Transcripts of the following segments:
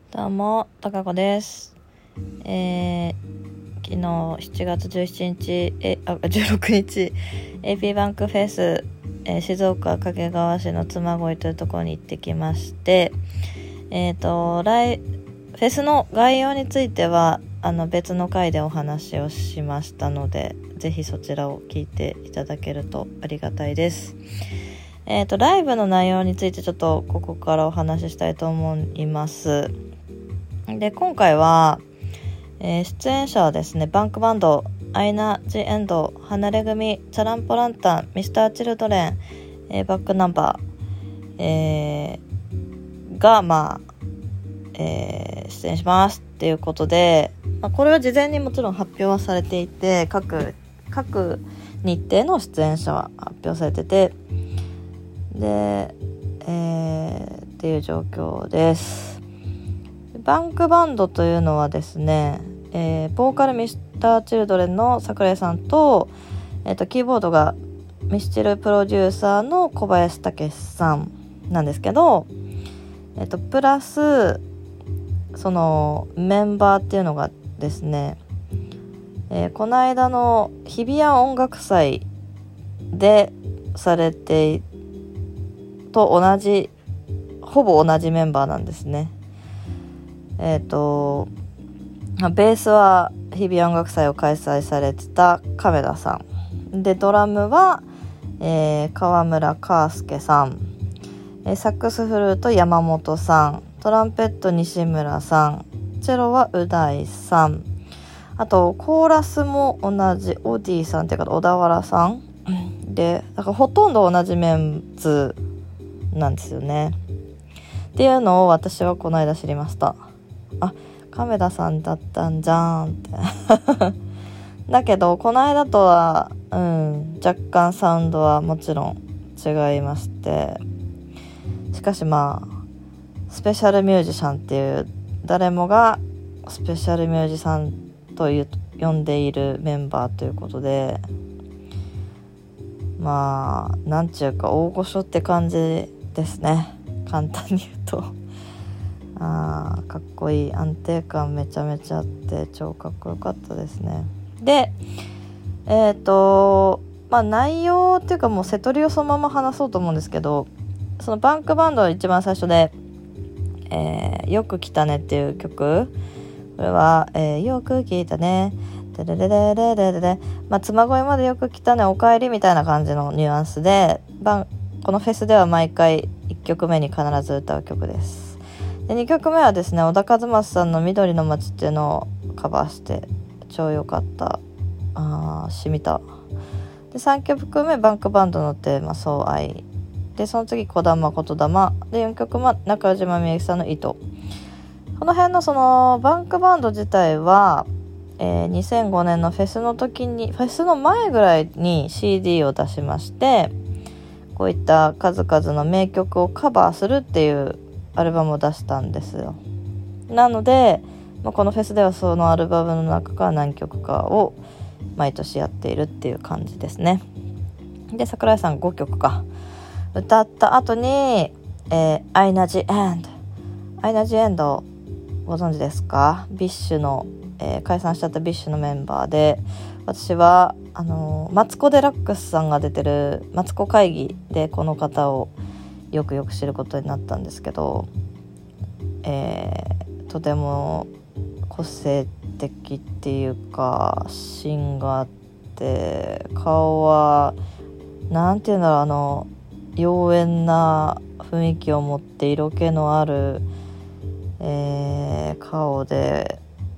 どうも、たかこです。昨日7月17日、16日、AP バンクフェス、静岡掛川市の嬬恋というところに行ってきまして、フェスの概要については別の回でお話をしましたので、ぜひそちらを聞いていただけるとありがたいです。ライブの内容についてちょっとここからお話ししたいと思います。で、今回は、出演者はですね、バンクバンド、アイナ・ジ・エンド、離れ組、チャランポランタン、ミスター・チルドレン、バックナンバー、が、出演しますっていうことで、これは事前にもちろん発表はされていて、各日程の出演者は発表されてて、で、っていう状況です。バンクバンドというのはですね、ボーカルミスターチルドレンの桜井さんと、キーボードがミスチルプロデューサーの小林武史さんなんですけど、プラスそのメンバーっていうのがですね、この間の日比谷音楽祭でされてとほぼ同じメンバーなんですね。ベースは日比谷音楽祭を開催されてた亀田さんで、ドラムは、川村康介さん、サックスフルート山本さん、トランペット西村さん、チェロはう大さん、あとコーラスも同じオディさんっていうか小田原さんで、だからほとんど同じメンツなんですよねっていうのを私はこの間知りました。亀田さんだったんじゃんってだけどこの間とは、若干サウンドはもちろん違いまして、しかしスペシャルミュージシャンっていう、誰もがスペシャルミュージシャンと呼んでいるメンバーということで、なんちゅうか大御所って感じですね、簡単に言うと。かっこいい、安定感めちゃめちゃあって超かっこよかったですね。で、内容っていうかもう瀬戸りをそのまま話そうと思うんですけど、そのバンクバンドの一番最初で、よく来たねっていう曲、これは、よく来たねでででででででで、嬬恋までよく来たねおかえりみたいな感じのニュアンスで、このフェスでは毎回1曲目に必ず歌う曲です。で、2曲目はですね、小田和正さんの緑の街っていうのをカバーして超良かった。染みた。で、3曲目バンクバンドのテーマそう愛で、その次小玉言霊で、4曲目中島みゆきさんの糸。この辺のそのバンクバンド自体は、2005年のフェスの前ぐらいに CD を出しまして、こういった数々の名曲をカバーするっていうアルバムを出したんですよ。なので、このフェスではそのアルバムの中から何曲かを毎年やっているっていう感じですね。で、桜井さん5曲か歌った後に、アイナ・ジ・エンドご存知ですか？ビッシュの、解散しちゃったビッシュのメンバーで、私はマツコ・デラックスさんが出てるマツコ会議でこの方をよく知ることになったんですけど、とても個性的っていうか芯があって、顔はなんていうんだろう、妖艶な雰囲気を持って色気のある、顔で、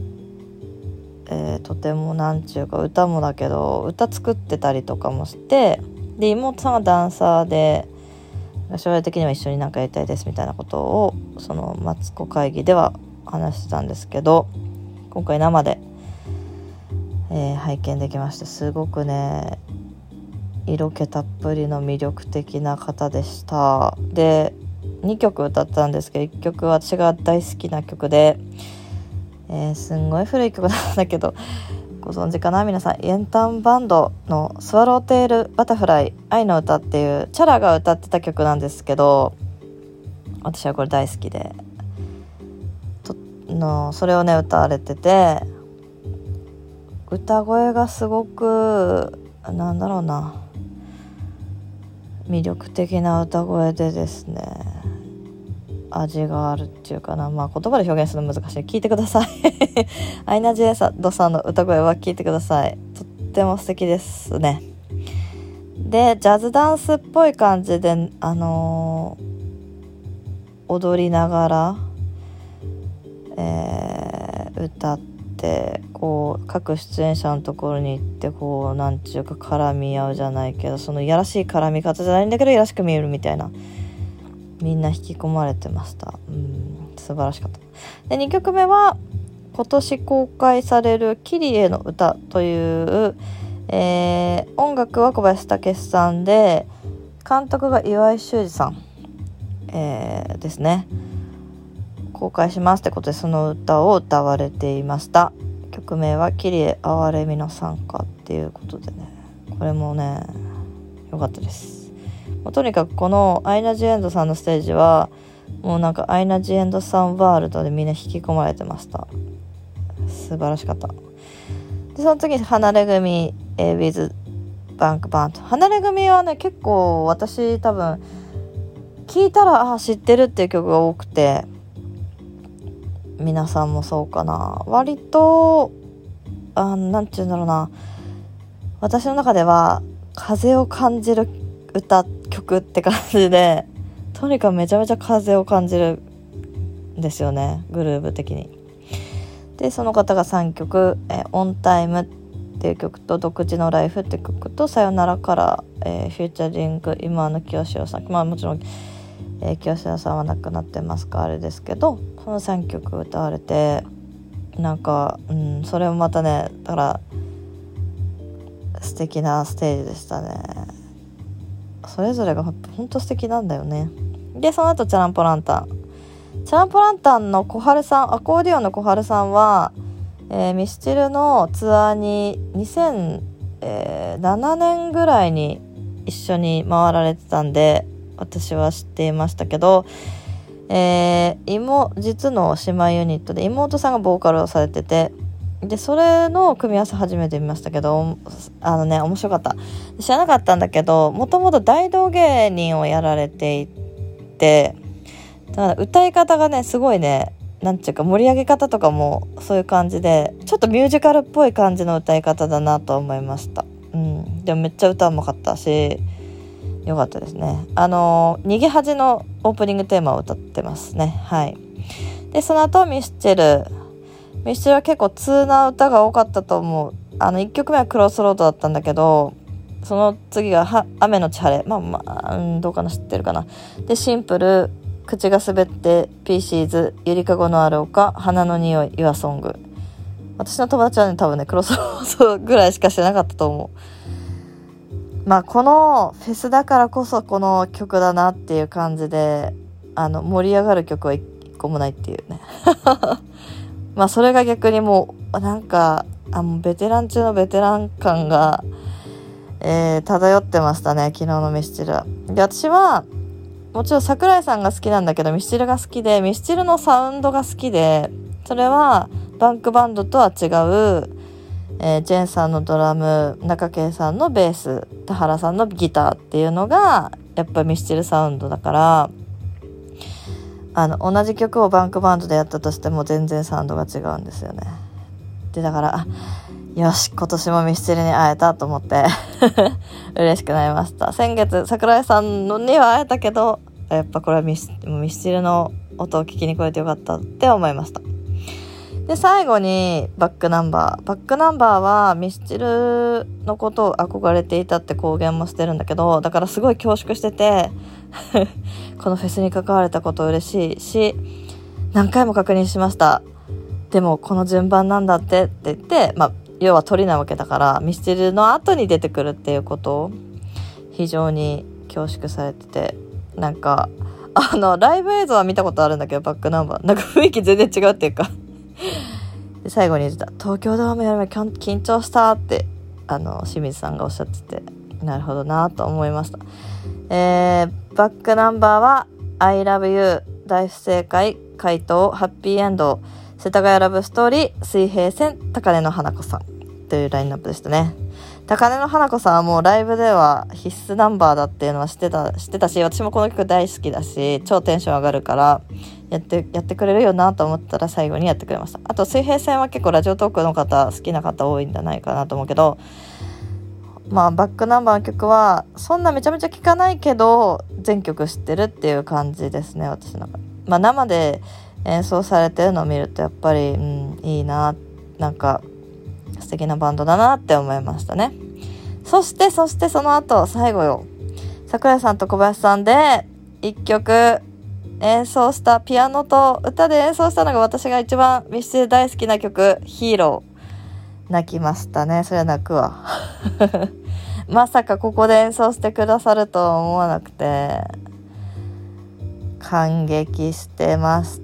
とてもなんちゅうか、歌もだけど歌作ってたりとかもして、で妹さんがダンサーで将来的には一緒にやりたいですみたいなことをそのマツコ会議では話してたんですけど、今回生で、拝見できまして、すごくね色気たっぷりの魅力的な方でした。で、2曲歌ったんですけど、1曲は私が大好きな曲で、すんごい古い曲なんだけどご存知かな皆さん。エンタンバンドのスワローテールバタフライ愛の歌っていうチャラが歌ってた曲なんですけど、私はこれ大好きで、とっそれをね歌われてて、歌声がすごくなんだろうな、魅力的な歌声でですね、味があるっていうかな、言葉で表現するの難しい。聞いてくださいアイナ・ジ・エンドさんの歌声は聞いてください。とっても素敵ですね。でジャズダンスっぽい感じで踊りながら、歌ってこう各出演者のところに行ってこうなんていうか絡み合うじゃないけど、そのいやらしい絡み方じゃないんだけどいやらしく見えるみたいな、みんな引き込まれてました。素晴らしかった。で2曲目は今年公開されるキリエの歌という、音楽は小林武史さんで監督が岩井修二さん、ですね。公開しますってことでその歌を歌われていました。曲名はキリエ哀れみの賛歌っていうことでね、これもね良かったです。とにかくこのアイナ・ジ・エンドさんのステージはもうなんかアイナ・ジ・エンドさんワールドでみんな引き込まれてました。素晴らしかった。でその次離れ組、with バンクバンド。離れ組はね結構私多分聞いたら知ってるっていう曲が多くて、皆さんもそうかな。割となんていうんだろうな、私の中では風を感じる曲って感じで、とにかくめちゃめちゃ風を感じるんですよね、グルーヴ的に。でその方が3曲、オンタイムっていう曲と独自のライフっていう曲とさよならから、フューチャリング今の清志郎さん、もちろん清志郎さんは亡くなってますからあれですけど、その3曲歌われてなんか、それもまたねだから素敵なステージでしたね。それぞれが本当素敵なんだよね。でその後チャランポランタンの小春さん、アコーディオンの小春さんは、ミスチルのツアーに2007年ぐらいに一緒に回られてたんで私は知っていましたけど、実の姉妹ユニットで妹さんがボーカルをされてて、でそれの組み合わせ初めて見ましたけど、面白かった。知らなかったんだけど、もともと大道芸人をやられていて、だから歌い方がねすごいね、なんていうか盛り上げ方とかもそういう感じでちょっとミュージカルっぽい感じの歌い方だなと思いました。でもめっちゃ歌うまかったしよかったですね。逃げ恥のオープニングテーマを歌ってますね。はい。でその後ミスチルは結構通な歌が多かったと思う。1曲目はクロスロードだったんだけど、その次が雨のち晴れ、どうかな、知ってるかな。でシンプル、口が滑って、ピーシーズ、ゆりかごのある丘、花の匂い、ユアソング。私の友達はね多分ねクロスロードぐらいしか知らなかったと思う。このフェスだからこそこの曲だなっていう感じで盛り上がる曲は一個もないっていうねそれが逆にもうなんかベテラン中のベテラン感が、漂ってましたね、昨日のミスチルで。私はもちろん桜井さんが好きなんだけどミスチルが好きで、ミスチルのサウンドが好きで、それはバンクバンドとは違う、ジェンさんのドラム、中圭さんのベース、田原さんのギターっていうのがやっぱミスチルサウンドだから、同じ曲をバンクバンドでやったとしても全然サウンドが違うんですよね。でだからよし今年もミスチルに会えたと思って嬉しくなりました。先月桜井さんのには会えたけどやっぱこれはミスチルの音を聞きに来れてよかったって思いました。で最後にバックナンバーはミスチルのことを憧れていたって公言もしてるんだけど、だからすごい恐縮しててこのフェスに関われたこと嬉しいし何回も確認しました。でもこの順番なんだって言って、要は鳥なわけだからミスチルの後に出てくるっていうことを非常に恐縮されてて、なんかライブ映像は見たことあるんだけどバックナンバーなんか雰囲気全然違うっていうかで最後に言ってた東京ドームよりも緊張したって清水さんがおっしゃってて、なるほどなと思いました。バックナンバーは I love you 大不正解回答ハッピーエンド世田谷ラブストーリー、水平線、高根の花子さんというラインナップでしたね。高根の花子さんはもうライブでは必須ナンバーだっていうのは知ってたし、私もこの曲大好きだし、超テンション上がるからやってくれるよなと思ったら最後にやってくれました。あと水平線は結構ラジオトークの方好きな方多いんじゃないかなと思うけど、バックナンバーの曲はそんなめちゃめちゃ聴かないけど全曲知ってるっていう感じですね、私の中で。生で演奏されてるのを見るとやっぱり、いいな、なんか素敵なバンドだなって思いましたね。そしてその後最後よ、桜井さんと小林さんで一曲演奏した、ピアノと歌で演奏したのが私が一番ミスチル大好きな曲、ヒーロー。泣きましたね。それは泣くわまさかここで演奏してくださるとは思わなくて感激してました。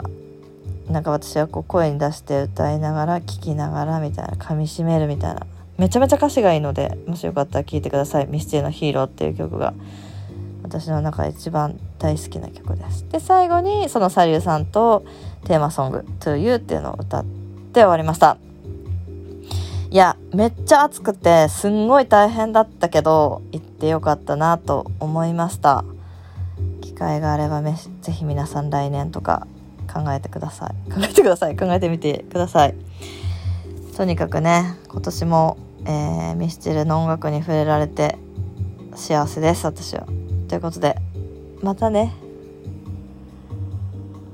なんか私はこう声に出して歌いながら聴きながらみたいな、噛み締めるみたいな、めちゃめちゃ歌詞がいいので、もしよかったら聴いてください。ミスチルのヒーローっていう曲が私の中で一番大好きな曲です。で最後にそのサリューさんとテーマソング To You っていうのを歌って終わりました。いやめっちゃ暑くてすんごい大変だったけど行ってよかったなと思いました。機会があればぜひ皆さん来年とか考えてみてください。とにかくね、今年も、ミスチルの音楽に触れられて幸せです、私は。ということでまたね。